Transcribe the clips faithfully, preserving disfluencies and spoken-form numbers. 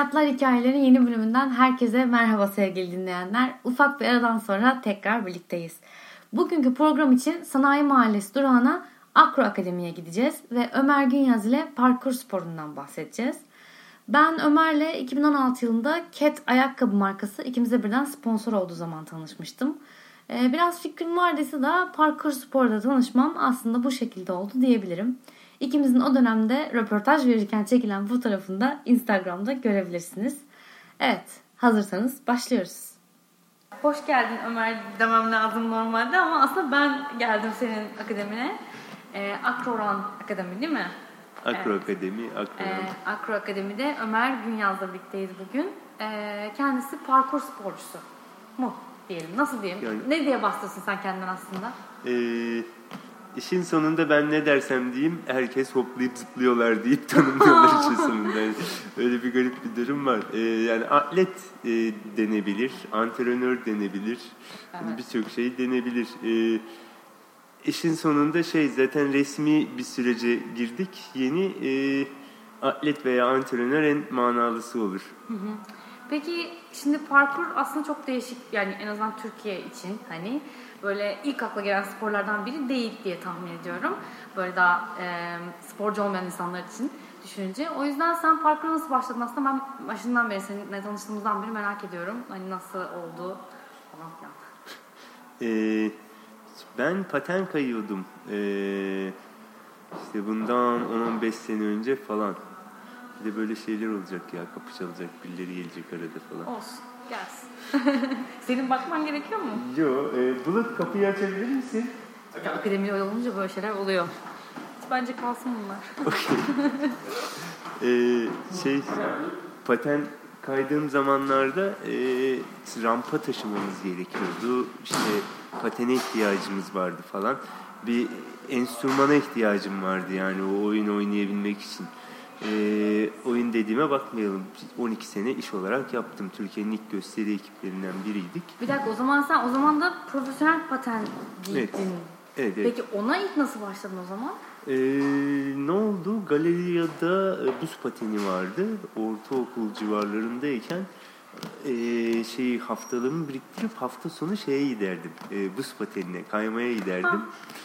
Hayatlar Hikayeleri yeni bölümünden herkese merhaba sevgili dinleyenler. Ufak bir aradan sonra tekrar birlikteyiz. Bugünkü program için Sanayi Mahallesi durağına Akro Akademi'ye gideceğiz ve Ömer Günyaz ile parkur sporundan bahsedeceğiz. Ben Ömer'le iki bin on altı yılında Cat ayakkabı markası ikimize birden sponsor olduğu zaman tanışmıştım. Biraz fikrim vardıysa da parkur sporda tanışmam aslında bu şekilde oldu diyebilirim. İkimizin o dönemde röportaj verirken çekilen fotoğrafını da Instagram'da görebilirsiniz. Evet, hazırsanız başlıyoruz. Hoş geldin Ömer demem lazım normalde ama aslında ben geldim senin akademine. Ee, Akroran Akademi değil mi? Akro evet. Akademi, Akroran. Ee, Akro Akademi'de Ömer Günyaz'la birlikteyiz bugün. Ee, kendisi parkur sporcusu mu diyelim, nasıl diyelim? Yani, ne diye bahsediyorsun sen kendinden aslında? Eee... İşin sonunda ben ne dersem diyeyim herkes hoplayıp zıplıyorlar deyip tanımlıyorlar işin sonunda. Yani öyle bir garip bir durum var. Ee, yani atlet e, denebilir, antrenör denebilir, evet. Yani birçok şey denebilir. Ee, işin sonunda şey zaten resmi bir sürece girdik. Yeni e, atlet veya antrenör en manalısı olur. Hı hı. Peki şimdi parkur aslında çok değişik, yani en azından Türkiye için hani böyle ilk akla gelen sporlardan biri değil diye tahmin ediyorum. Böyle daha e, sporcu olmayan insanlar için düşününce. O yüzden sen parkura nasıl başladın? Aslında ben başından beri seninle tanıştığımızdan beri merak ediyorum. Hani nasıl oldu falan filan. Ee, ben paten kayıyordum. Ee, işte bundan on on beş sene önce falan. Bir de böyle şeyler olacak ya, kapı çalacak, birileri gelecek arada falan. Olsun, gelsin. Senin bakman gerekiyor mu? Yok, e, Bulut kapıyı açabilir misin? Ya, akademiye olunca böyle şeyler oluyor. Bence kalsın bunlar. e, şey, paten kaydığım zamanlarda e, rampa taşımamız gerekiyordu. İşte patene ihtiyacımız vardı falan. Bir enstrümana ihtiyacım vardı yani o oyunu oynayabilmek için. Ee, oyun dediğime bakmayalım. on iki sene iş olarak yaptım. Türkiye'nin ilk gösteri ekiplerinden biriydik. Bir dakika, o zaman sen o zaman da profesyonel paten giydin. Evet. Evet, evet. Peki ona ilk nasıl başladın o zaman? Ee, ne oldu? Galeriyada buz pateni vardı. Ortaokul civarlarındayken e, şeyi haftalığımı biriktirip hafta sonu şeye giderdim. E, buz patenine, kaymaya giderdim. Ha.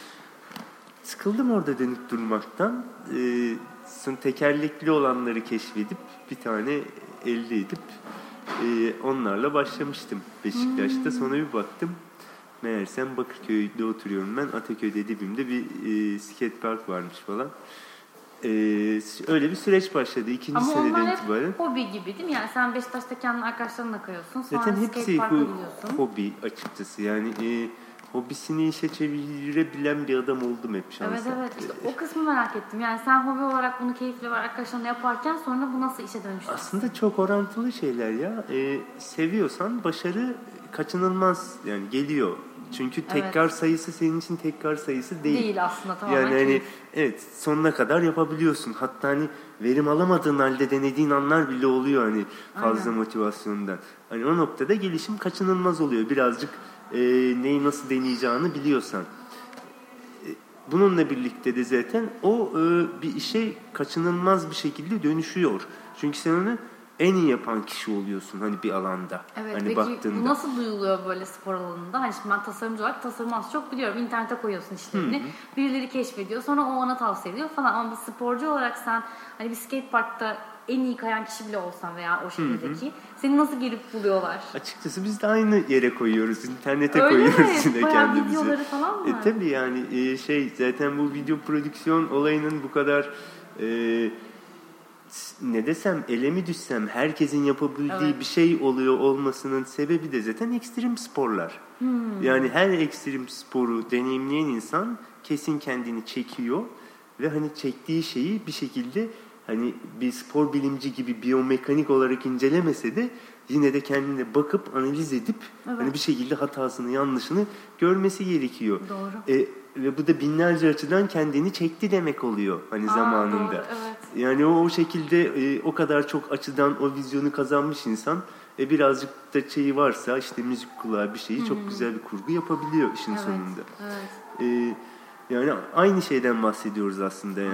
Sıkıldım orada dönüp durmaktan. Ee, Sonra tekerlekli olanları keşfedip bir tane elde edip e, onlarla başlamıştım Beşiktaş'ta. Hmm. Sonra bir baktım meğersem Bakırköy'de oturuyorum ben. Ataköy'de dibimde bir e, skate park varmış falan. E, öyle bir süreç başladı ikinci ama seneden itibaren. Ama onlar hep hobi gibi değil mi? Yani sen Beşiktaş'ta kendi arkadaşlarınla kayıyorsun. Sonra zaten hepsi skate park'a gidiyorsun. Hobi açıkçası yani. E, hobisini işe çevirebilen bir adam oldum hep şansa. Evet evet. İşte o kısmı merak ettim. Yani sen hobi olarak bunu keyifli ve arkadaşlarınla yaparken sonra bu nasıl işe dönüştü? Aslında çok orantılı şeyler ya. Ee, seviyorsan başarı kaçınılmaz yani geliyor. Çünkü tekrar evet. sayısı senin için tekrar sayısı değil. Değil aslında, tamamen yani hani evet sonuna kadar yapabiliyorsun. Hatta hani verim alamadığın halde denediğin anlar bile oluyor hani fazla aynen. Motivasyondan. Hani o noktada gelişim kaçınılmaz oluyor. Birazcık E, neyi nasıl deneyeceğini biliyorsan. E, bununla birlikte de zaten o e, bir işe kaçınılmaz bir şekilde dönüşüyor. Çünkü sen onu en iyi yapan kişi oluyorsun hani bir alanda. Evet, hani peki baktığında. Bu nasıl duyuluyor böyle spor alanında? Hani şimdi ben tasarımcı olarak tasarımı az çok biliyorum. İnternete koyuyorsun işlerini. Hı-hı. Birileri keşfediyor. Sonra o ona tavsiye ediyor falan. Ama bir sporcu olarak sen hani bir skate parkta en iyi kayan kişi bile olsan veya o şehirdeki seni nasıl gelip buluyorlar? Açıkçası biz de aynı yere koyuyoruz. İnternete öyle koyuyoruz mi? yine kendimizi. Videoları falan mı? E, tabii yani e, şey zaten bu video prodüksiyon olayının bu kadar e, ne desem ele mi düşsem herkesin yapabildiği evet. bir şey oluyor olmasının sebebi de zaten ekstrem sporlar. Hmm. Yani her ekstrem sporu deneyimleyen insan kesin kendini çekiyor ve hani çektiği şeyi bir şekilde hani bir spor bilimci gibi biyomekanik olarak incelemese de yine de kendine bakıp analiz edip evet. hani bir şekilde hatasını yanlışını görmesi gerekiyor. Doğru. E, ve bu da binlerce açıdan kendini çekti demek oluyor hani Aa, zamanında. Doğru, evet. Yani o, o şekilde e, o kadar çok açıdan o vizyonu kazanmış insan e, birazcık da şeyi varsa işte müzik kulağı bir şeyi Hı-hı. çok güzel bir kurgu yapabiliyor işin evet, sonunda. Evet. E, yani aynı şeyden bahsediyoruz aslında yani. Anladım.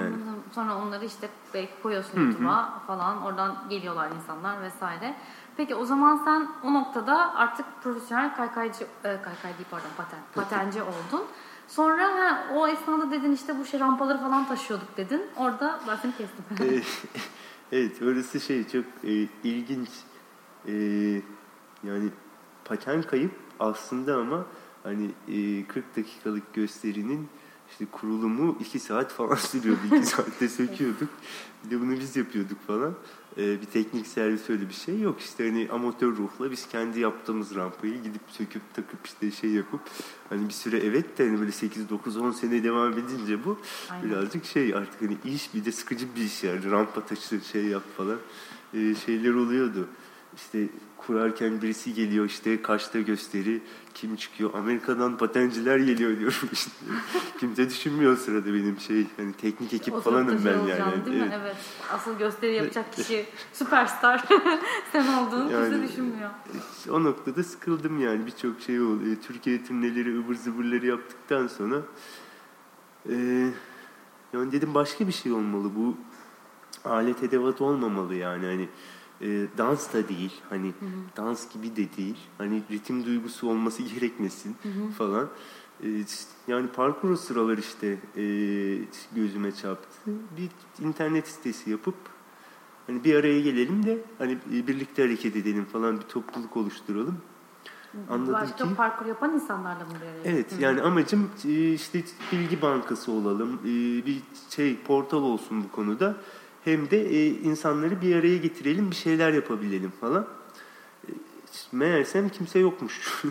Sonra onları işte belki koyuyorsun YouTube'a falan. Oradan geliyorlar insanlar vesaire. Peki o zaman sen o noktada artık profesyonel kaykaycı, e, kaykay değil pardon paten, patenci oldun. Sonra ha, o esnada dedin işte bu şey rampaları falan taşıyorduk dedin. Orada ben seni kestim. Evet, orası şey çok e, ilginç. E, yani paten kayıp aslında ama hani e, kırk dakikalık gösterinin işte kurulumu iki saat falan sürüyordu. iki saatte söküyorduk. Bir de bunu biz yapıyorduk falan. E, bir teknik servis öyle bir şey yok. İşte hani amatör ruhla biz kendi yaptığımız rampayı gidip söküp takıp işte şey yapıp hani bir süre evet de hani böyle sekiz dokuz on sene devam edince bu Aynen. birazcık şey artık hani iş bir de sıkıcı bir iş yani. Rampa taşı şey yap falan e, şeyler oluyordu. İşte kurarken birisi geliyor işte kaçta gösteri kim çıkıyor Amerika'dan patenciler geliyor diyorum işte. Kimse düşünmüyor o sırada benim şey hani teknik ekip o falanım ben yani. Değil mi? Evet. evet. Asıl gösteri yapacak kişi süperstar sen olduğunu yani, kimse düşünmüyor. O noktada sıkıldım yani birçok şey oldu. Türkiye turneleri ıvır zıvırları yaptıktan sonra e, yani dedim başka bir şey olmalı bu alet edevat olmamalı yani hani E, dans da değil hani hı hı. dans gibi de değil hani ritim duygusu olması gerekmesin hı hı. falan e, yani parkur o sıralar işte e, gözüme çarptı bir internet sitesi yapıp hani bir araya gelelim de hani birlikte hareket edelim falan bir topluluk oluşturalım. Anladım Başka ki, parkur yapan insanlarla mı bir araya? Evet hı. yani amacım işte bilgi bankası olalım bir şey portal olsun bu konuda. Hem de e, insanları bir araya getirelim, bir şeyler yapabilelim falan. E, meğersem kimse yokmuş.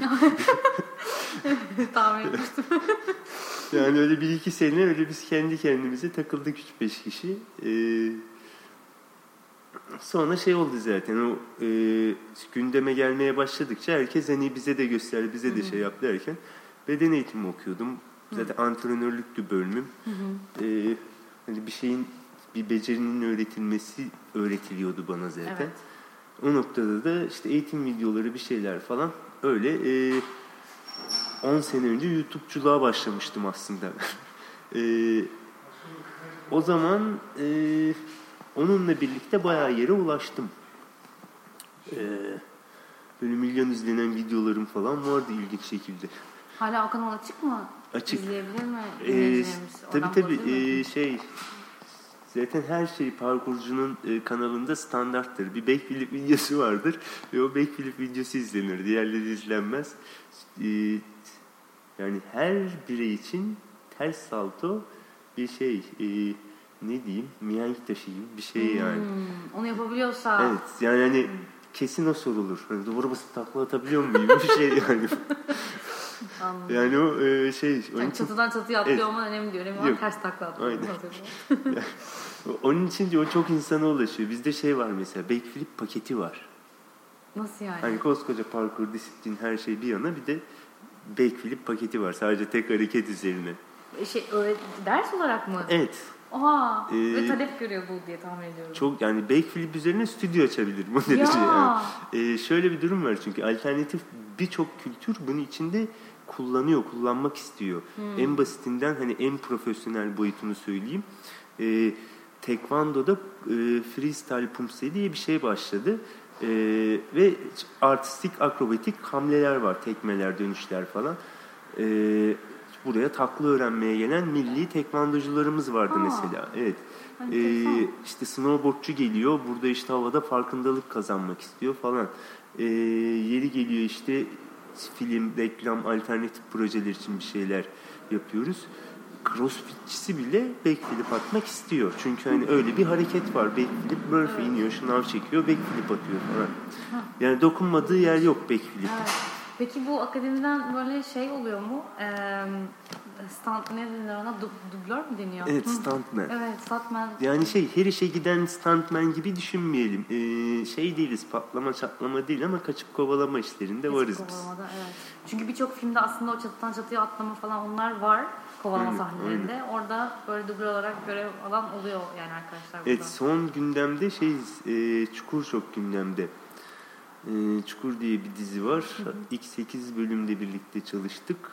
Tahmin etmiştim. Yani öyle bir iki sene öyle biz kendi kendimize takıldık üç beş kişi. E, sonra şey oldu zaten o e, gündeme gelmeye başladıkça herkes hani bize de göster, bize de şey yap derken beden eğitimi okuyordum. Zaten Hı. antrenörlüktü bölümüm. Hı hı. E, hani bir şeyin bir becerinin öğretilmesi öğretiliyordu bana zaten. Evet. O noktada da işte eğitim videoları bir şeyler falan öyle e, on sene önce YouTube'culuğa başlamıştım aslında. e, o zaman e, onunla birlikte bayağı yere ulaştım. E, böyle milyon izlenen videolarım falan vardı ilginç şekilde. Hala o kanal açık mı? Açık. İzleyebilir mi? E, tabii tabii e, şey zaten her şey parkurcunun e, kanalında standarttır. Bir backflip videosu vardır ve o backflip videosu izlenir. Diğerleri izlenmez. E, yani her birey için ters salto bir şey e, ne diyeyim mihenk taşı gibi bir şey yani. Hmm, onu yapabiliyorsa. Evet yani hani hmm. kesin o sorulur. Hani duvara basıp takla atabiliyor mu gibi bir şey yani. Anladım. Yani o e, şey. Yani için, çatıdan çatıya atlıyor evet. olman önemli diyor. Önemli olan ters takla atıyor. Aynen. Onun için de o çok insana ulaşıyor. Bizde şey var mesela backflip paketi var. Nasıl yani? Hani koskoca parkur, disiplin her şey bir yana bir de backflip paketi var. Sadece tek hareket üzerine. Şey, öyle, ders olarak mı? Evet. Oha. Ee, ve talep görüyor bu diye tahmin ediyorum. Çok yani backflip üzerine stüdyo açabilirim o derece. Yani. Ee, şöyle bir durum var çünkü alternatif birçok kültür bunun içinde kullanıyor, kullanmak istiyor. Hmm. En basitinden hani en profesyonel boyutunu söyleyeyim. Ee, Tekvando'da e, freestyle pumse diye bir şey başladı. E, ve artistik, akrobatik hamleler var. Tekmeler, dönüşler falan. E, buraya takla öğrenmeye gelen milli tekvandocularımız vardı Aa, mesela. Evet. E, işte snowboardçu geliyor. Burada işte havada farkındalık kazanmak istiyor falan. E, yeri geliyor işte film, reklam, alternatif projeler için bir şeyler yapıyoruz. Crossfitçisi bile backflip atmak istiyor. Çünkü hani öyle bir hareket var. Backflip, Murphy iniyor, şınav çekiyor, backflip atıyor falan. Yani dokunmadığı yer yok backflip. Evet. Peki bu akademiden böyle şey oluyor mu? Ee, stunt ne denir ona? Dublör mü deniyor? Evet, stuntman. Evet, stuntman. Yani şey her işe giden stuntman gibi düşünmeyelim. Ee, şey değiliz, patlama çatlama değil ama kaçıp kovalama işlerinde kaçıp varız biz. Evet. Çünkü birçok filmde aslında o çatıdan çatıya atlama falan onlar var. Kovalama sahnelerinde. Aynen. Orada böyle dublör olarak görev alan oluyor yani arkadaşlar burada. Evet, son gündemde şey e, Çukur çok gündemde. E, Çukur diye bir dizi var. Hı hı. İlk sekiz bölümde birlikte çalıştık.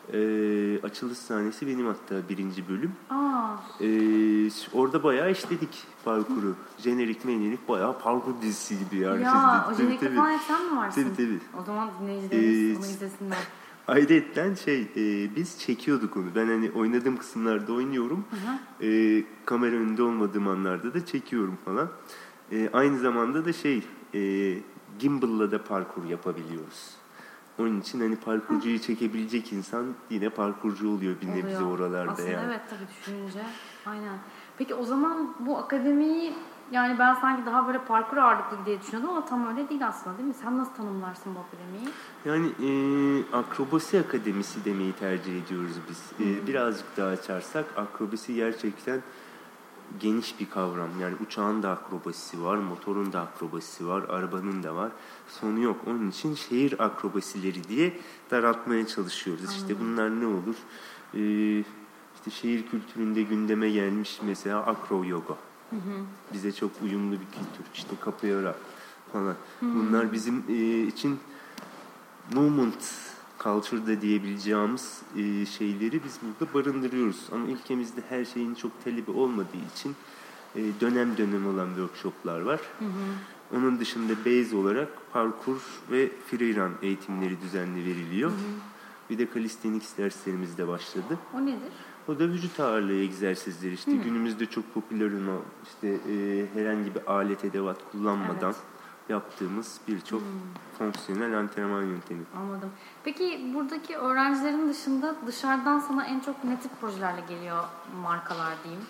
Ee, açılış sahnesi benim hatta birinci bölüm. Aa. Ee, orada bayağı işledik parkuru. Jenerik menerik bayağı parkur dizisi gibi yani. Ya o jenerikte falan hep sen mi varsın? Tabii tabii. O zaman dinleyicilerimiz ee, onu izlesinler. Ayrıca şey e, biz çekiyorduk onu. Ben hani oynadığım kısımlarda oynuyorum. E, kamera önünde olmadığım anlarda da çekiyorum falan. E, aynı zamanda da şey e, gimbal'la da parkur yapabiliyoruz. Onun için hani parkurcuyu çekebilecek insan yine parkurcu oluyor bir nebze oluyor. Oralarda. Aslında yani. Evet tabii düşününce. Aynen. Peki o zaman bu akademiyi yani ben sanki daha böyle parkur ağırlıklı diye düşünüyordum ama tam öyle değil aslında değil mi? Sen nasıl tanımlarsın bu akademiyi? Yani e, akrobasi akademisi demeyi tercih ediyoruz biz. E, birazcık daha açarsak akrobasi gerçekten geniş bir kavram. Yani uçağın da akrobasisi var, motorun da akrobasisi var, arabanın da var. Sonu yok. Onun için şehir akrobasileri diye daraltmaya çalışıyoruz. Anladım. İşte bunlar ne olur? Ee, işte şehir kültüründe gündeme gelmiş mesela akro yoga. Hı hı. Bize çok uyumlu bir kültür. İşte capoeira falan. Hı hı. Bunlar bizim e, için movement culture'da diyebileceğimiz e, şeyleri biz burada barındırıyoruz. Ama ülkemizde her şeyin çok talebi olmadığı için e, dönem dönem olan workshoplar var. Hı hı. Onun dışında base olarak parkur ve freerun eğitimleri düzenli veriliyor. Hı hı. Bir de calisthenics derslerimiz de başladı. O nedir? O da vücut ağırlığı egzersizleri. İşte hı. günümüzde çok popüler olan işte e, herhangi bir alet edevat kullanmadan evet. yaptığımız birçok hmm. fonksiyonel antrenman yöntemi. Anladım. Peki buradaki öğrencilerin dışında dışarıdan sana en çok ne tip projelerle geliyor markalar diyeyim?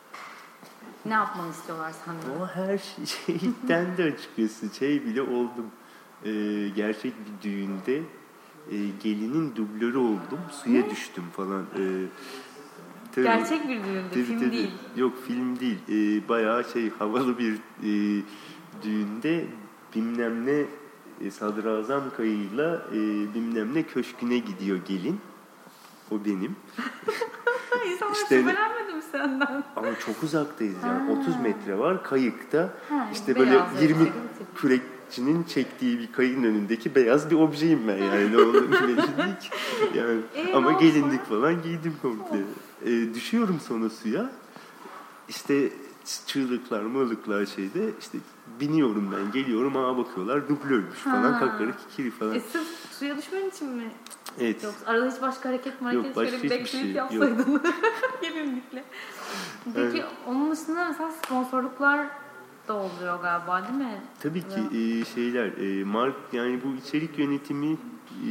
Ne yapmanı istiyorlar senden? O her şeyden de açıkçası şey bile oldum. Ee, gerçek bir düğünde e, gelinin dublörü oldum. Suya ne? düştüm falan. Ee, tabii, gerçek bir düğünde, tabii, film tabii. değil. Yok film değil. Ee, bayağı şey havalı bir e, düğünde bilmem ne e, sadrazam kayığıyla e, bilmem ne köşküne gidiyor gelin. O benim. İnsanlar işte, şüphelenmedim senden. Ama çok uzaktayız yani. Ha. otuz metre var kayıkta. Ha, işte böyle yirmi kürekçinin çektiği bir kayığın önündeki beyaz bir objeyim ben yani. Ne olduğunu belli değil ki. Yani, e, ama gelinlik falan giydim komple. E, düşüyorum sonra suya. İşte çığlıklar, mığlıklar şeyde işte biniyorum ben, geliyorum, ağa bakıyorlar, dublörmüş falan, kakarak kikiri falan. E sırf suya düşmen için mi? Evet. Yoksa arada hiç başka hareket mi hareket şöyle bir backflip şey yapsaydın gelinlikle. Peki evet. Onun dışında mesela sponsorluklar da oluyor galiba değil mi? Tabii ki e, şeyler, e, mark yani bu içerik yönetimi e,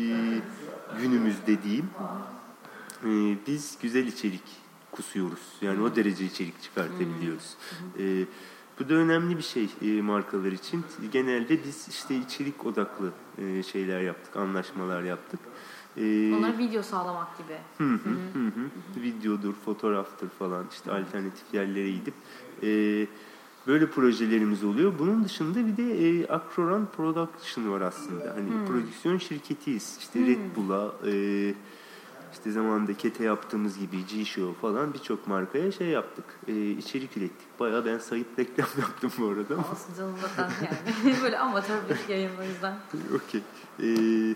günümüzde diyeyim. E, biz güzel içerik kusuyoruz. Yani o derece içerik çıkartabiliyoruz. Hı hı. E, bu da önemli bir şey e, markalar için. Genelde biz işte içerik odaklı e, şeyler yaptık, anlaşmalar yaptık. E, Onlara video sağlamak gibi. Hı hı, hı hı. Hı. Videodur, fotoğraftır falan işte hı. alternatif yerlere gidip e, böyle projelerimiz oluyor. Bunun dışında bir de e, Acroran Production var aslında. Hani hı. prodüksiyon şirketiyiz. İşte hı. Red Bull'a e, İşte zamanında Kete yaptığımız gibi G-Show falan birçok markaya şey yaptık. E, içerik ürettik. Bayağı ben sayıp reklam yaptım bu arada. Olsun canım zaten yani. Böyle amatör bir yayın o yüzden. Okey. E,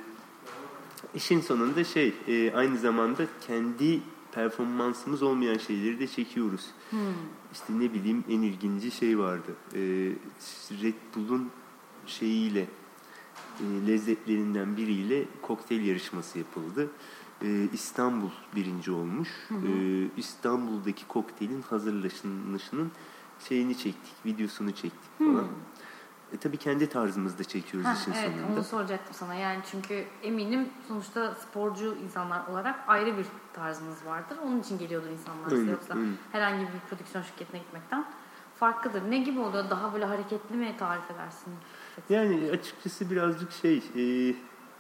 işin sonunda şey e, aynı zamanda kendi performansımız olmayan şeyleri de çekiyoruz. Hmm. İşte ne bileyim en ilginci şey vardı. E, Red Bull'un şeyiyle e, lezzetlerinden biriyle kokteyl yarışması yapıldı. Ee, İstanbul birinci olmuş. Hı hı. Ee, İstanbul'daki kokteylin hazırlanışının şeyini çektik, videosunu çektik falan. Hı. E, tabii kendi tarzımızda çekiyoruz ha, işin evet, sonunda. Evet, onu soracaktım sana. Yani çünkü eminim sonuçta sporcu insanlar olarak ayrı bir tarzınız vardır. Onun için geliyordur insanlar size. Yoksa öyle. Herhangi bir prodüksiyon şirketine gitmekten farklıdır. Ne gibi oluyor? Daha böyle hareketli mi tarif edersin? Yani açıkçası birazcık şey... E,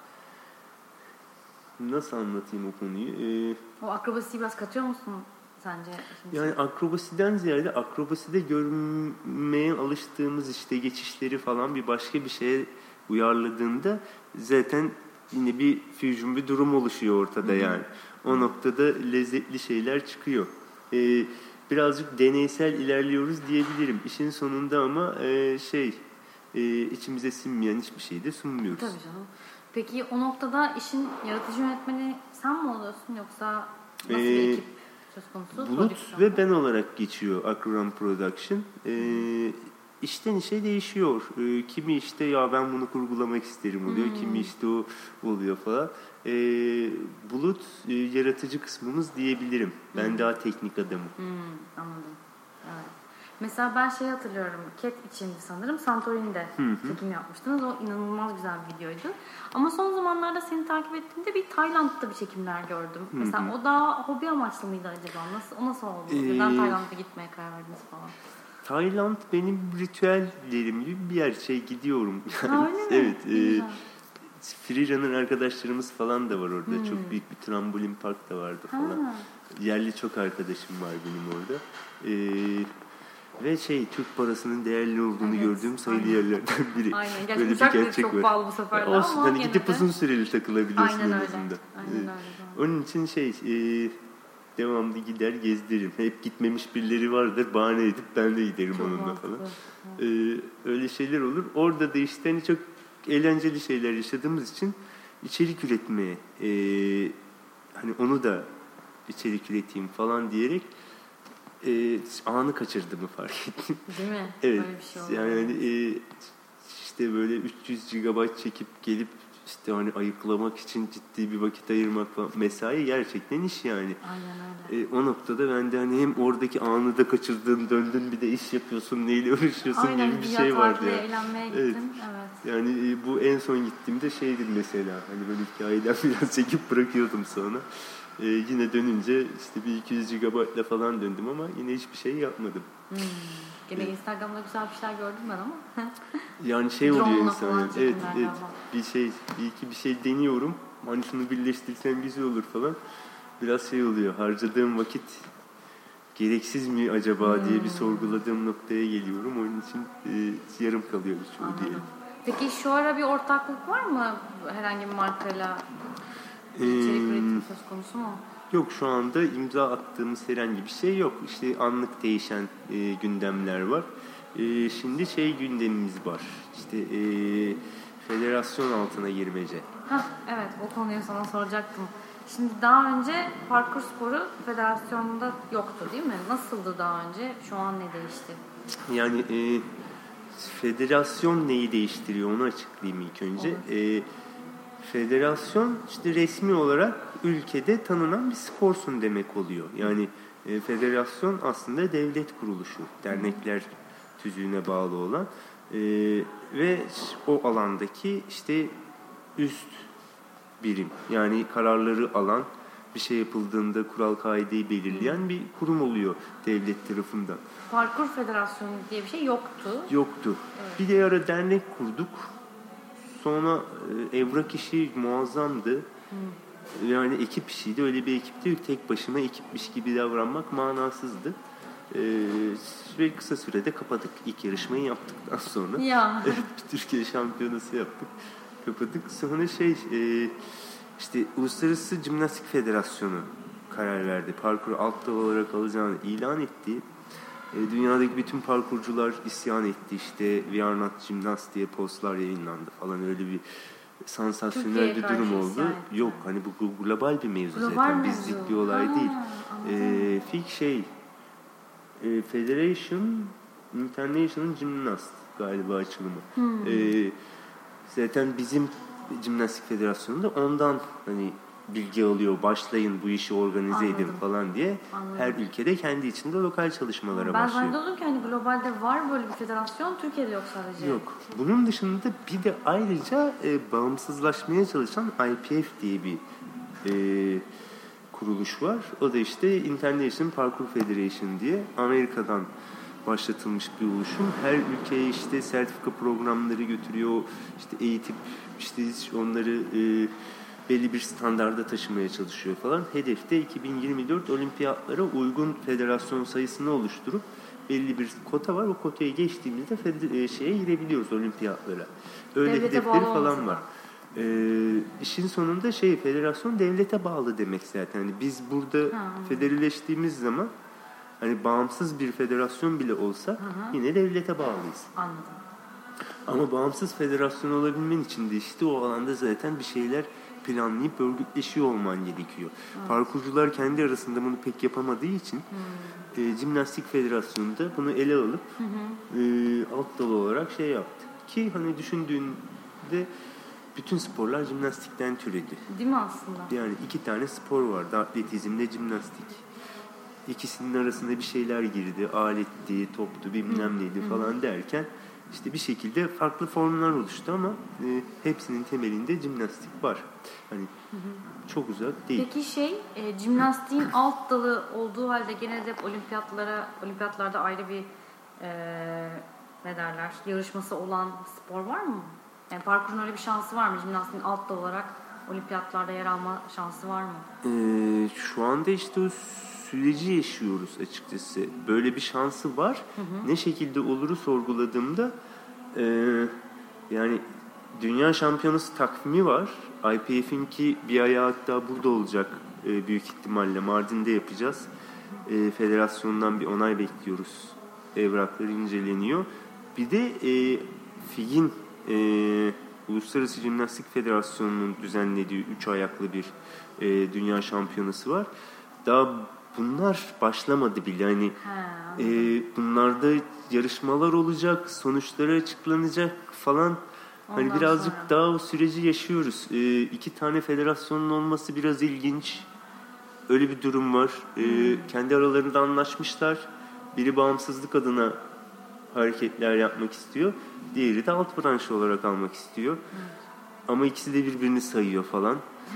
nasıl anlatayım o konuyu? Ee, o akrobasiyi biraz katıyor musun sence? Şimdi yani akrobasiden ziyade akrobaside görmeye alıştığımız işte geçişleri falan bir başka bir şeye uyarladığında zaten yine bir fusion bir durum oluşuyor ortada Hı-hı. yani. O Hı-hı. noktada lezzetli şeyler çıkıyor. Ee, birazcık deneysel ilerliyoruz diyebilirim. İşin sonunda ama e, şey e, içimize sinmeyen hiçbir şey de sunmuyoruz. Tabii canım. Peki o noktada işin yaratıcı yönetmeni sen mi oluyorsun yoksa nasıl Ee, bir ekip söz konusu? Bulut Prodüksiyon. ve ben olarak geçiyor Akron Production. Ee, işten işe değişiyor. Ee, kimi işte ya ben bunu kurgulamak isterim oluyor. Hmm. Kimi işte o oluyor falan. Ee, Bulut e, yaratıcı kısmımız diyebilirim. Ben hmm. daha teknik adamım. Hmm, anladım. Evet. Mesela ben şeyi hatırlıyorum. Cat içindi sanırım. Santorini'de çekim yapmıştınız. O inanılmaz güzel bir videoydu. Ama son zamanlarda seni takip ettiğimde bir Tayland'da bir çekimler gördüm. Hı-hı. Mesela o daha hobi amaçlı mıydı acaba? Nasıl, o nasıl oldu? Ee, Neden Tayland'a gitmeye karar verdiniz falan? Tayland benim ritüellerim gibi bir yer. Şey gidiyorum. Ha, öyle mi? Evet. E, Freerunner arkadaşlarımız falan da var orada. Hmm. Çok büyük bir trambolin park da vardı falan. Ha. Yerli çok arkadaşım var benim orada. Ee, ve şey Türk parasının değerli olduğunu evet, gördüğüm sayılı aynen. yerlerden biri. Aynen. Gerçi böyle bir gerçek çok var. Pahalı bu sefer de olsun, ama hani gidip uzun süreli takılabiliyorsun aynen en öyle. azından. Aynen öyle. Ee, onun için şey e, devamlı gider gezdiririm. Hep gitmemiş birileri vardır. Bahane edip ben de giderim çok onunla mantıklı. Falan. Ee, öyle şeyler olur. Orada da işte hani çok eğlenceli şeyler yaşadığımız için içerik üretmeye e, hani onu da içerik üreteyim falan diyerek e, anı kaçırdığımı fark ettim. Değil mi? Evet. Böyle bir şey oldu. Yani e, işte böyle üç yüz gigabayt çekip gelip işte hani ayıklamak için ciddi bir vakit ayırmak falan. Mesai gerçekten iş yani. Aynen öyle. E, o noktada ben de hani hem oradaki anı da kaçırdın, döndün bir de iş yapıyorsun, neyle uğraşıyorsun aynen, gibi bir şey vardı ya. Aynen, eğlenmeye gittim. Evet. evet. Yani e, bu en son gittiğimde şeydi mesela, hani böyle hikayeden biraz çekip bırakıyordum sonra. E, yine dönünce işte bir iki yüz gigabaytla falan döndüm ama yine hiçbir şey yapmadım. Hmm. Gene ee, Instagram'da güzel bir şeyler gördüm ben ama. Yani şey oluyor insan. Evet, evet. Bir şey, bir iki bir şey deniyorum. Hani şunu birleştirsem güzel olur falan. Biraz şey oluyor. Harcadığım vakit gereksiz mi acaba hmm. diye bir sorguladığım noktaya geliyorum. Onun için e, yarım kalıyor birçoğu diyelim. Peki şu ara bir ortaklık var mı herhangi bir markayla? İçerik ee, üretimi söz konusu mu? Yok, şu anda imza attığımız herhangi bir şey yok. İşte anlık değişen e, gündemler var. E, şimdi şey gündemimiz var. İşte e, federasyon altına girmece. Hah, evet, o konuyu sana soracaktım. Şimdi daha önce parkur sporu federasyonunda yoktu değil mi? Nasıldı daha önce? Şu an ne değişti? Yani e, federasyon neyi değiştiriyor onu açıklayayım ilk önce. E, federasyon işte resmi olarak ülkede tanınan bir sporsun demek oluyor. Yani e, federasyon aslında devlet kuruluşu, dernekler tüzüğüne bağlı olan e, ve o alandaki işte üst birim, yani kararları alan, bir şey yapıldığında kural kaideyi belirleyen bir kurum oluyor devlet tarafından. Parkur Federasyonu diye bir şey yoktu. Yoktu. Evet. Bir de ara dernek kurduk. Sonra e, evrak işi muazzamdı. Hmm. Yani ekip işiydi. Öyle bir ekipti. Tek başıma ekipmiş gibi davranmak manasızdı. Ee, ve kısa sürede kapadık. İlk yarışmayı yaptıktan sonra. Ya. bir Türkiye şampiyonası yaptık. Kapadık. Sonra şey e, işte Uluslararası Jimnastik Federasyonu karar verdi. Parkuru alt dal olarak alacağını ilan etti. E, dünyadaki bütün parkurcular isyan etti. İşte We Are Not Gymnasts diye postlar yayınlandı falan, öyle bir sansasyonel bir durum oldu. Yok, hani bu global bir mevzu global zaten. Mevzu. Bizlik bir olay ha, değil. E, Fik şey e, Federation International Gymnast galiba açılımı. Hmm. E, zaten bizim Jimnastik Federasyonu da ondan hani bilgi alıyor, başlayın bu işi organize Anladım. edin falan diye. Anladım. Her ülkede kendi içinde lokal çalışmalara ben başlıyor. Ben zannediyordum ki hani globalde var böyle bir federasyon, Türkiye'de yok sadece. Yok. Bunun dışında bir de ayrıca e, bağımsızlaşmaya çalışan I P F diye bir e, kuruluş var. O da işte International Parkour Federation diye Amerika'dan başlatılmış bir oluşum. Her ülkeye işte sertifika programları götürüyor. İşte eğitip işte onları e, belli bir standarda taşımaya çalışıyor falan. Hedef de iki bin yirmi dört olimpiyatlara uygun federasyon sayısını oluşturup belli bir kota var. O kotayı geçtiğimizde fed- şeye girebiliyoruz, olimpiyatlara. Öyle devlete hedefleri falan var. Ee, işin sonunda şey federasyon devlete bağlı demek zaten. Yani biz burada ha. federleştiğimiz zaman hani bağımsız bir federasyon bile olsa hı hı. yine devlete bağlıyız. Anladım. Ama bağımsız federasyon olabilmen için de işte o alanda zaten bir şeyler planlayıp örgütleşiyor olman gerekiyor. Evet. Parkurcular kendi arasında bunu pek yapamadığı için hmm. e, Jimnastik Federasyonu da bunu ele alıp hı hı. E, alt dal olarak şey yaptı. Ki hani düşündüğünde bütün sporlar jimnastikten türedi. Değil mi aslında? Yani iki tane spor vardı. Atletizmle jimnastik. İkisinin arasında bir şeyler girdi. Aletti, toptu, bilmem neydi hmm. falan derken İşte bir şekilde farklı formlar oluştu ama e, hepsinin temelinde jimnastik var. Hani hı hı. çok uzak değil. Peki şey, e, jimnastiğin alt dalı olduğu halde gene de olimpiyatlara, olimpiyatlarda ayrı bir e, ne derler, yarışması olan spor var mı? Yani parkurun öyle bir şansı var mı? Jimnastiğin alt dalı olarak olimpiyatlarda yer alma şansı var mı? E, şu anda işte o süreci yaşıyoruz açıkçası. Böyle bir şansı var. Hı hı. Ne şekilde oluru sorguladığımda e, yani dünya şampiyonası takvimi var. I P F'inki bir ayağı hatta burada olacak e, büyük ihtimalle. Mardin'de yapacağız. E, federasyondan bir onay bekliyoruz. Evrakları inceleniyor. Bir de e, F İ G'in e, Uluslararası Jimnastik Federasyonu'nun düzenlediği üç ayaklı bir e, dünya şampiyonası var. Daha bunlar başlamadı bile. Hani e, bunlarda yarışmalar olacak, sonuçları açıklanacak falan. Ondan hani birazcık sonra daha o süreci yaşıyoruz. E, iki tane federasyonun olması biraz ilginç. Öyle bir durum var. E, hmm. Kendi aralarında anlaşmışlar. Biri bağımsızlık adına hareketler yapmak istiyor. Diğeri de alt branş olarak almak istiyor. Hmm. Ama ikisi de birbirini sayıyor falan.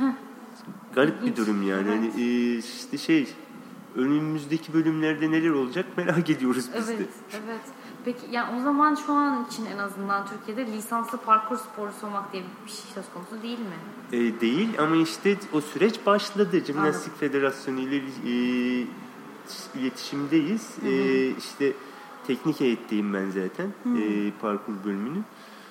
Garip bir durum yani. Evet. Hani e, işte şey, önümüzdeki bölümlerde neler olacak merak ediyoruz biz evet, de. Evet. Peki yani o zaman şu an için en azından Türkiye'de lisanslı parkur sporcusu olmak diye bir şey söz konusu değil mi? E, değil ama işte o süreç başladı. Jimnastik Federasyonu ile e, iletişimdeyiz. Hı hı. E, işte teknik heyetteyim ben zaten e, parkur bölümünün.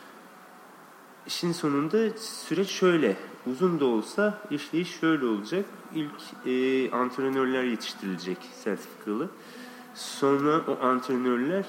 İşin sonunda süreç şöyle. Uzun da olsa işleyiş şöyle olacak. İlk e, antrenörler yetiştirilecek sertifikalı. Sonra o antrenörler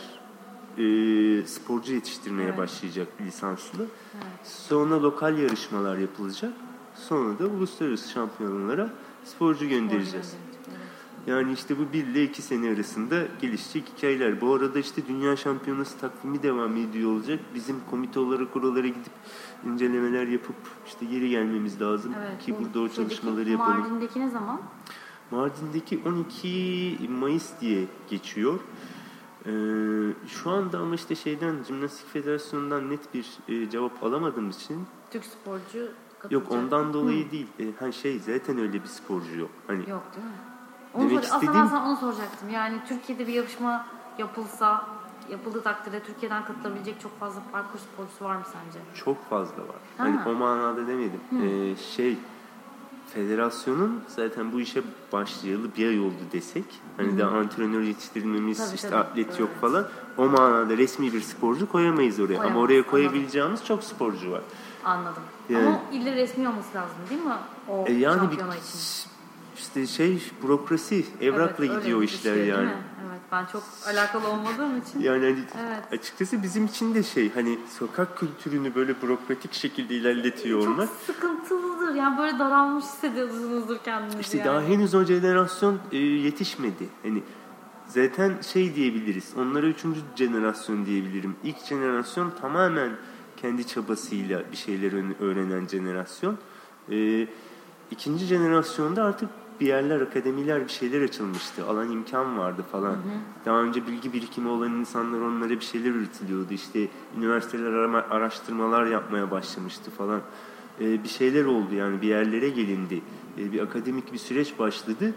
e, sporcu yetiştirmeye evet. başlayacak lisanslı. Evet. Sonra lokal yarışmalar yapılacak. Sonra da uluslararası şampiyonlara sporcu göndereceğiz. Sporcu yani işte bu bir ile iki sene arasında gelişecek hikayeler. Bu arada işte dünya şampiyonası takvimi devam ediyor olacak. Bizim komite olarak oralara gidip incelemeler yapıp işte geri gelmemiz lazım evet, ki burada o çalışmaları yapalım. Mardin'deki ne zaman? Mardin'deki on iki Mayıs diye geçiyor. Ee, şu anda ama işte şeyden Jimnastik Federasyonu'ndan net bir e, cevap alamadığımız için Türk sporcu katılacak. Yok ondan dolayı Hı. değil. E, hani şey zaten öyle bir sporcu yok. Hani yok değil mi? Onu demek sor- istediğim... Aslında ben sana onu soracaktım. Yani Türkiye'de bir yarışma yapılsa, yapıldığı takdirde Türkiye'den katılabilecek çok fazla parkur sporcusu var mı sence? Çok fazla var. Ha. Hani o manada demedim. Ee, şey, federasyonun zaten bu işe başlayalı bir ay oldu desek. Hani Hı. daha antrenör yetiştirmemiz, tabii, işte tabii. atlet evet. yok falan. O manada resmi bir sporcu koyamayız oraya. Koyamaz, Ama oraya koyabileceğimiz anladım. çok sporcu var. Anladım. Yani, Ama ille resmi olması lazım değil mi? O e yani şampiyona bir, için. İşte şey bürokrasi, evrakla evet, gidiyor işler şey, yani. Evet, ben çok alakalı olmadığım için. Yani hani evet. açıkçası bizim için de şey hani sokak kültürünü böyle bürokratik şekilde ilerletiyor çok olmak. Çok sıkıntılıdır. Yani böyle daralmış hissediyorsunuzdur kendinizi. İşte yani. daha henüz o jenerasyon e, yetişmedi. Hani zaten şey diyebiliriz. Onlara üçüncü jenerasyon diyebilirim. İlk jenerasyon tamamen kendi çabasıyla bir şeyler öğrenen jenerasyon. E, ikinci jenerasyonda artık bir yerler, akademiler bir şeyler açılmıştı. Alan imkan vardı falan. Hı hı. Daha önce bilgi birikimi olan insanlar onlara bir şeyler üretiliyordu. İşte üniversiteler araştırmalar yapmaya başlamıştı falan. Ee, bir şeyler oldu yani bir yerlere gelindi. Ee, bir akademik bir süreç başladı.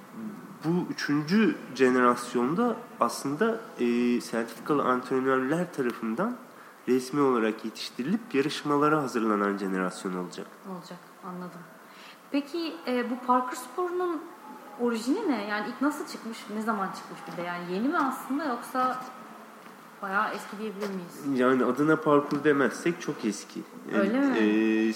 Bu üçüncü jenerasyonda aslında e, sertifikalı antrenörler tarafından resmi olarak yetiştirilip yarışmalara hazırlanan jenerasyon olacak. Olacak, anladım. Peki e, bu parkur sporunun orijini ne? Yani ilk nasıl çıkmış, ne zaman çıkmış bir de? Yani yeni mi aslında yoksa bayağı eski diyebilir miyiz? Yani adına parkur demezsek çok eski. Öyle mi? E,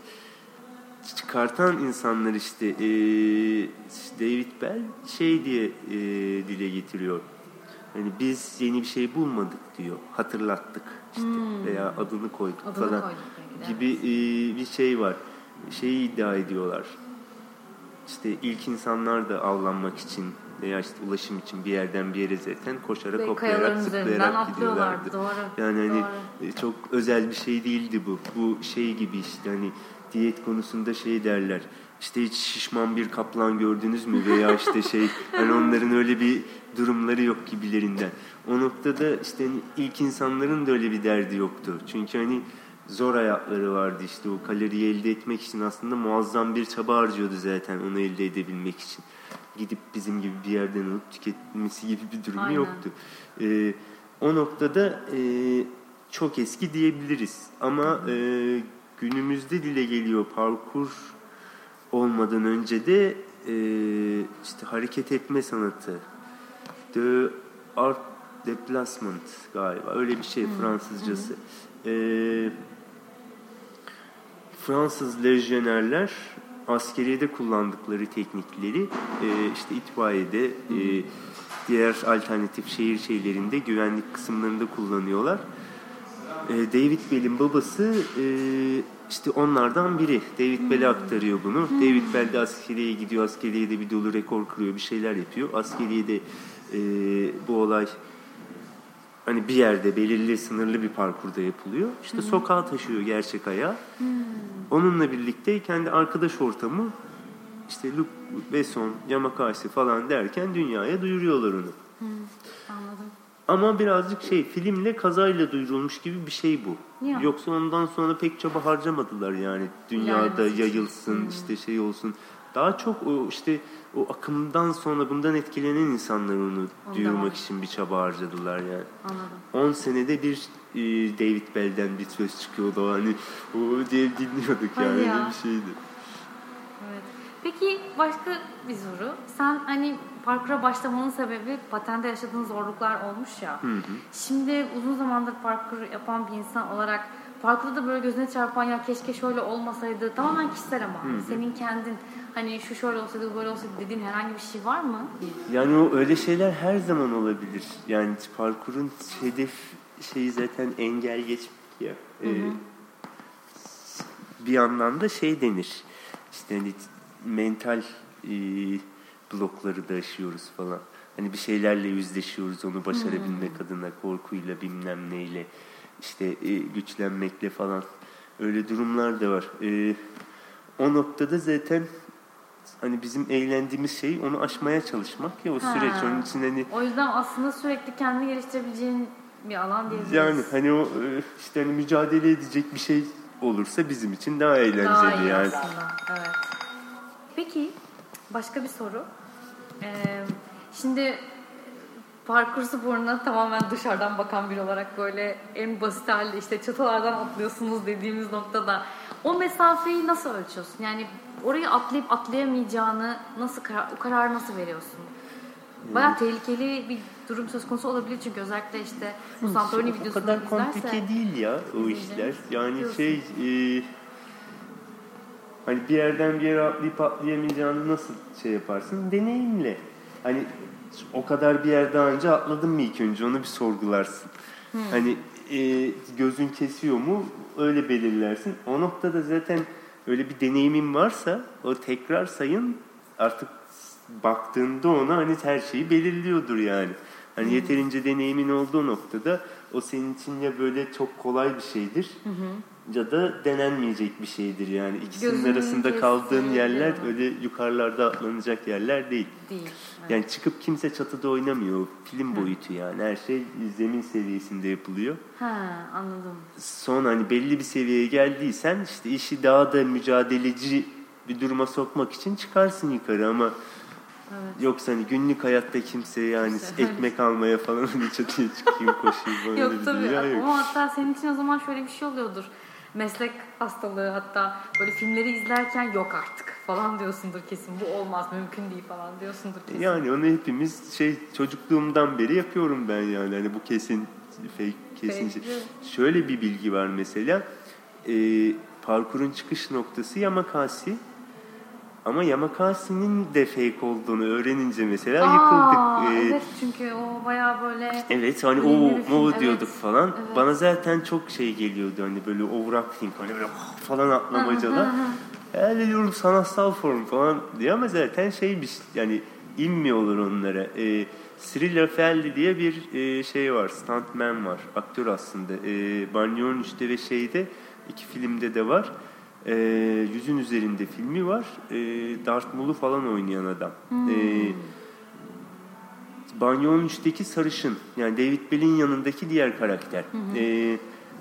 çıkartan insanlar işte e, David Bell şey diye e, dile getiriyor. Hani biz yeni bir şey bulmadık diyor. Hatırlattık işte hmm. veya adını koyduk adını falan koyduk gibi e, bir şey var. Şeyi iddia ediyorlar. İşte ilk insanlar da avlanmak için veya işte ulaşım için bir yerden bir yere zaten koşarak ve hoplayarak zıplayarak gidiyorlardı. Doğru, yani hani doğru. çok özel bir şey değildi bu. Bu şey gibi işte hani diyet konusunda şey derler. İşte hiç şişman bir kaplan gördünüz mü veya işte şey hani onların öyle bir durumları yok gibilerinden. O noktada işte hani ilk insanların da öyle bir derdi yoktu. Çünkü hani zor hayatları vardı işte o kaloriyi elde etmek için aslında muazzam bir çaba harcıyordu zaten onu elde edebilmek için. Gidip bizim gibi bir yerden alıp tüketmesi gibi bir durumu Aynen. yoktu. Ee, o noktada e, çok eski diyebiliriz ama e, günümüzde dile geliyor parkur olmadan önce de e, işte hareket etme sanatı, the art déplacement galiba öyle bir şey hmm. Fransızcası. Hmm. E, Fransız lejyonerler askeriyede kullandıkları teknikleri e, işte itfaiyede, e, diğer alternatif şehir şeylerinde güvenlik kısımlarında kullanıyorlar. E, David Bell'in babası e, işte onlardan biri. David hmm. Bell'e aktarıyor bunu. Hmm. David Bell de askeriyeye gidiyor. Askeriyede bir dolu rekor kırıyor. Bir şeyler yapıyor. Askeriyede e, bu olay hani bir yerde belirli sınırlı bir parkurda yapılıyor. İşte hmm. sokağa taşıyor gerçek ayağı. Hmm. Onunla birlikte kendi arkadaş ortamı işte Luc Besson, Yamakasi falan derken dünyaya duyuruyorlar onu. Hmm. Anladım. Ama birazcık şey filmle kazayla duyurulmuş gibi bir şey bu. Ya. Yoksa ondan sonra pek çaba harcamadılar yani dünyada yani, yayılsın hmm. işte şey olsun. Daha çok o işte o akımdan sonra bundan etkilenen insanlar onu Ondan duyurmak var. için bir çaba harcadılar yani. Anladım. on senede bir e, David Bell'den bir söz çıkıyordu hani o diye dinliyorduk Hadi yani ya. öyle bir şeydi. Evet. Peki başka bir soru. Sen hani parkura başlamanın sebebi patende yaşadığın zorluklar olmuş ya. Hı hı. Şimdi uzun zamandır parkur yapan bir insan olarak parkurda da böyle gözüne çarpan ya keşke şöyle olmasaydı tamamen kişisel ama hı hı. senin kendin hani şu şöyle olsaydı bu böyle olsaydı dediğin herhangi bir şey var mı? Yani o öyle şeyler her zaman olabilir. Yani parkurun hedef şeyi zaten engel geçmek ya. Hı hı. Ee, bir yandan da şey denir. İşte hani mental e, blokları da aşıyoruz falan. Hani bir şeylerle yüzleşiyoruz onu başarabilmek hmm. adına korkuyla bilmem neyle işte e, güçlenmekle falan öyle durumlar da var. E, o noktada zaten hani bizim eğlendiğimiz şey onu aşmaya çalışmak ya o ha. süreç onun için hani. O yüzden aslında sürekli kendini geliştirebileceğin bir alan diyebiliriz. Yani hani o işte hani mücadele edecek bir şey olursa bizim için daha eğlenceli daha iyi yani. Aslında. Evet. Peki başka bir soru. Ee, şimdi parkur sporuna tamamen dışarıdan bakan biri olarak böyle en basit halde işte çatılardan atlıyorsunuz dediğimiz noktada o mesafeyi nasıl ölçüyorsun? Yani orayı atlayıp atlayamayacağını nasıl karar, o kararı nasıl veriyorsun? Bayağı hmm. tehlikeli bir durum söz konusu olabilir çünkü özellikle işte bu Santorini videosunu izlerse. O kadar komplike değil ya o işler. Yani diyorsun. şey e, hani bir yerden bir yere atlayıp atlayamayacağını nasıl şey yaparsın? Deneyimle. Hani o kadar bir yer daha önce atladın mı ilk önce onu bir sorgularsın. Hmm. Hani e, gözün kesiyor mu öyle belirlersin. O noktada zaten öyle bir deneyimin varsa o tekrar sayın artık baktığında ona hani her şeyi belirliyordur yani. Hani hmm. yeterince deneyimin olduğu noktada o senin için ya böyle çok kolay bir şeydir hı hı. ya da denenmeyecek bir şeydir yani. İkisinin Gözünün arasında kaldığın yerler mi? Öyle yukarılarda atlanacak yerler değil. Değil. Evet. Yani çıkıp kimse çatıda oynamıyor. Film hı. boyutu yani. Her şey zemin seviyesinde yapılıyor. Ha, anladım. Sonra hani belli bir seviyeye geldiysen işte işi daha da mücadeleci bir duruma sokmak için çıkarsın yukarı ama evet. Yoksa hani günlük hayatta kimse yani işte, ekmek hani... almaya falan hani çatıya çıkayım koşayım falan. Yok tabii ama hatta senin için o zaman şöyle bir şey oluyordur. Meslek hastalığı hatta böyle filmleri izlerken yok artık falan diyorsundur kesin. Bu olmaz mümkün değil falan diyorsundur kesin. Yani onu hepimiz şey çocukluğumdan beri yapıyorum ben yani. Hani bu kesin fake kesin şey. Şöyle bir bilgi var mesela. E, parkurun çıkış noktası Yamakasi. Ama Yamakasi'nin de fake olduğunu öğrenince mesela Aa, yıkıldık. Ee, evet çünkü o bayağı böyle... Evet hani o o diyorduk evet, falan. Evet. Bana zaten çok şey geliyordu hani böyle overacting hani böyle falan atlamacalar. Öyle diyorum sanatsal form falan diye ama zaten şeymiş yani inmiyorlar onlara. Ee, Cyril Lafelli diye bir e, şey var, stuntman var, aktör aslında. E, Banyo'nun üçte ve şeyde iki filmde de var. E, Yüzün Üzerinde filmi var. E, Darth Maul'u falan oynayan adam. Hmm. E, Banyo'nun üçteki sarışın, yani David Bell'in yanındaki diğer karakter. Hmm. E,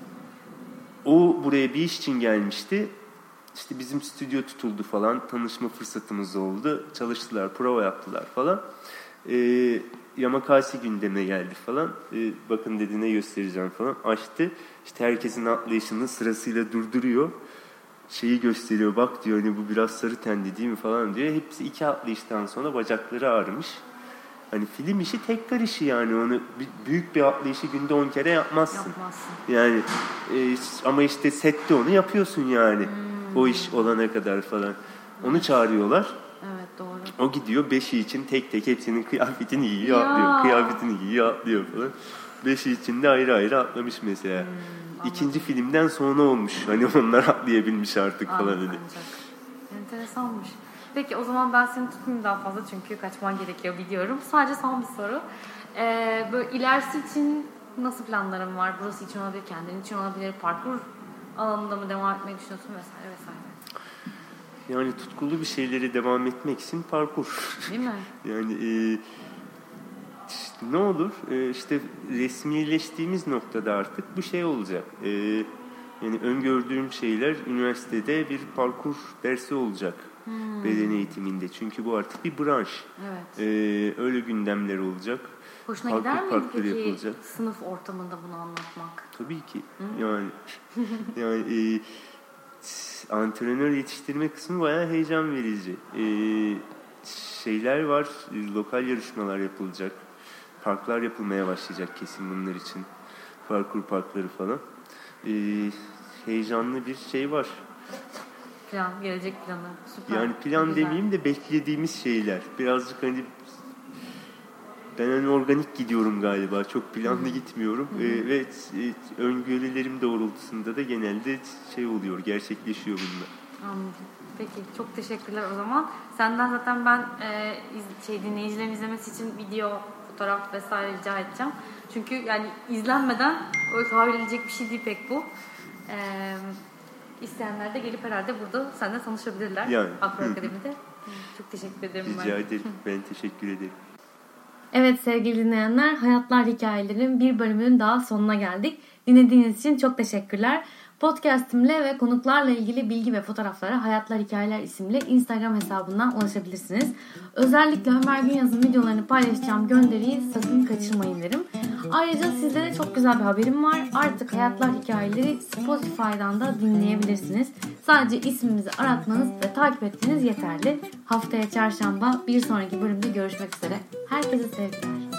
o buraya bir iş için gelmişti. İşte bizim stüdyo tutuldu falan, tanışma fırsatımız oldu. Çalıştılar, prova yaptılar falan. E, Yamakasi gündeme geldi falan. Ee, bakın dedi ne göstereceğim falan. Açtı. İşte herkesin atlayışını sırasıyla durduruyor. Şeyi gösteriyor. Bak diyor hani bu biraz sarı tendi değil mi falan diyor. Hepsi iki atlayıştan sonra bacakları ağrımış. Hani film işi tekrar işi yani. Onu büyük bir atlayışı günde on kere yapmazsın. Yapmazsın. Yani e, ama işte sette onu yapıyorsun yani. Hmm. O iş olana kadar falan. Onu çağırıyorlar. Evet doğru. O gidiyor beşi için tek tek hepsinin kıyafetini giyiyor ya. atlıyor. Kıyafetini giyiyor atlıyor falan. Beşi için de ayrı ayrı atlamış mesela. Hmm, İkinci filmden sonra olmuş. Hani onlar atlayabilmiş artık anladım, falan dedi. Enteresanmış. Peki o zaman ben seni tutmayayım daha fazla çünkü kaçman gerekiyor biliyorum. Sadece son bir soru. Ee, böyle ilerisi için nasıl planların var? Burası için olabilir, kendin için olabilir, parkur alanında mı devam etmeyi düşünüyorsun vesaire vesaire. Yani tutkulu bir şeyleri devam etmek için parkur. Değil mi? yani e, işte ne olur e, işte resmileştiğimiz noktada artık bu şey olacak. E, yani öngördüğüm şeyler üniversitede bir parkur dersi olacak. Hmm. Beden eğitiminde. Çünkü bu artık bir branş. Evet. E, öyle gündemler olacak. Hoşuna parkur, gider miydi peki yapılacak. Sınıf ortamında bunu anlatmak? Tabii ki. Hmm. Yani yani e, antrenör yetiştirme kısmı bayağı heyecan verici. Ee, şeyler var, lokal yarışmalar yapılacak. Parklar yapılmaya başlayacak kesin bunlar için. Parkur parkları falan. Ee, heyecanlı bir şey var. Plan, gelecek planı. Süper. Yani plan demeyeyim de beklediğimiz şeyler. Birazcık hani ben hani organik gidiyorum galiba. Çok planlı Hı-hı. gitmiyorum. Hı-hı. Ee, ve e, öngörülerim doğrultusunda da genelde şey oluyor, gerçekleşiyor bunlar. Anladım. Peki, çok teşekkürler o zaman. Senden zaten ben e, şey dinleyicilerin izlemesi için video, fotoğraf vesaire rica edeceğim. Çünkü yani izlenmeden öyle tahayyül edilecek bir şey değil pek bu. E, isteyenler de gelip herhalde burada seninle tanışabilirler. Yani. Akro Akademi'de. Çok teşekkür ederim. Rica ederim. Ben teşekkür ederim. Evet sevgili dinleyenler, Hayatlar Hikayelerinin bir bölümünün daha sonuna geldik. Dinlediğiniz için çok teşekkürler. Podcast'imle ve konuklarla ilgili bilgi ve fotoğraflara Hayatlar Hikayeler isimli Instagram hesabından ulaşabilirsiniz. Özellikle Ömer Günyaz'ın videolarını paylaşacağım gönderiyi sakın kaçırmayın derim. Ayrıca sizlere çok güzel bir haberim var. Artık Hayatlar Hikayeleri Spotify'dan da dinleyebilirsiniz. Sadece ismimizi aratmanız ve takip etmeniz yeterli. Haftaya çarşamba bir sonraki bölümde görüşmek üzere. Herkese sevgiler.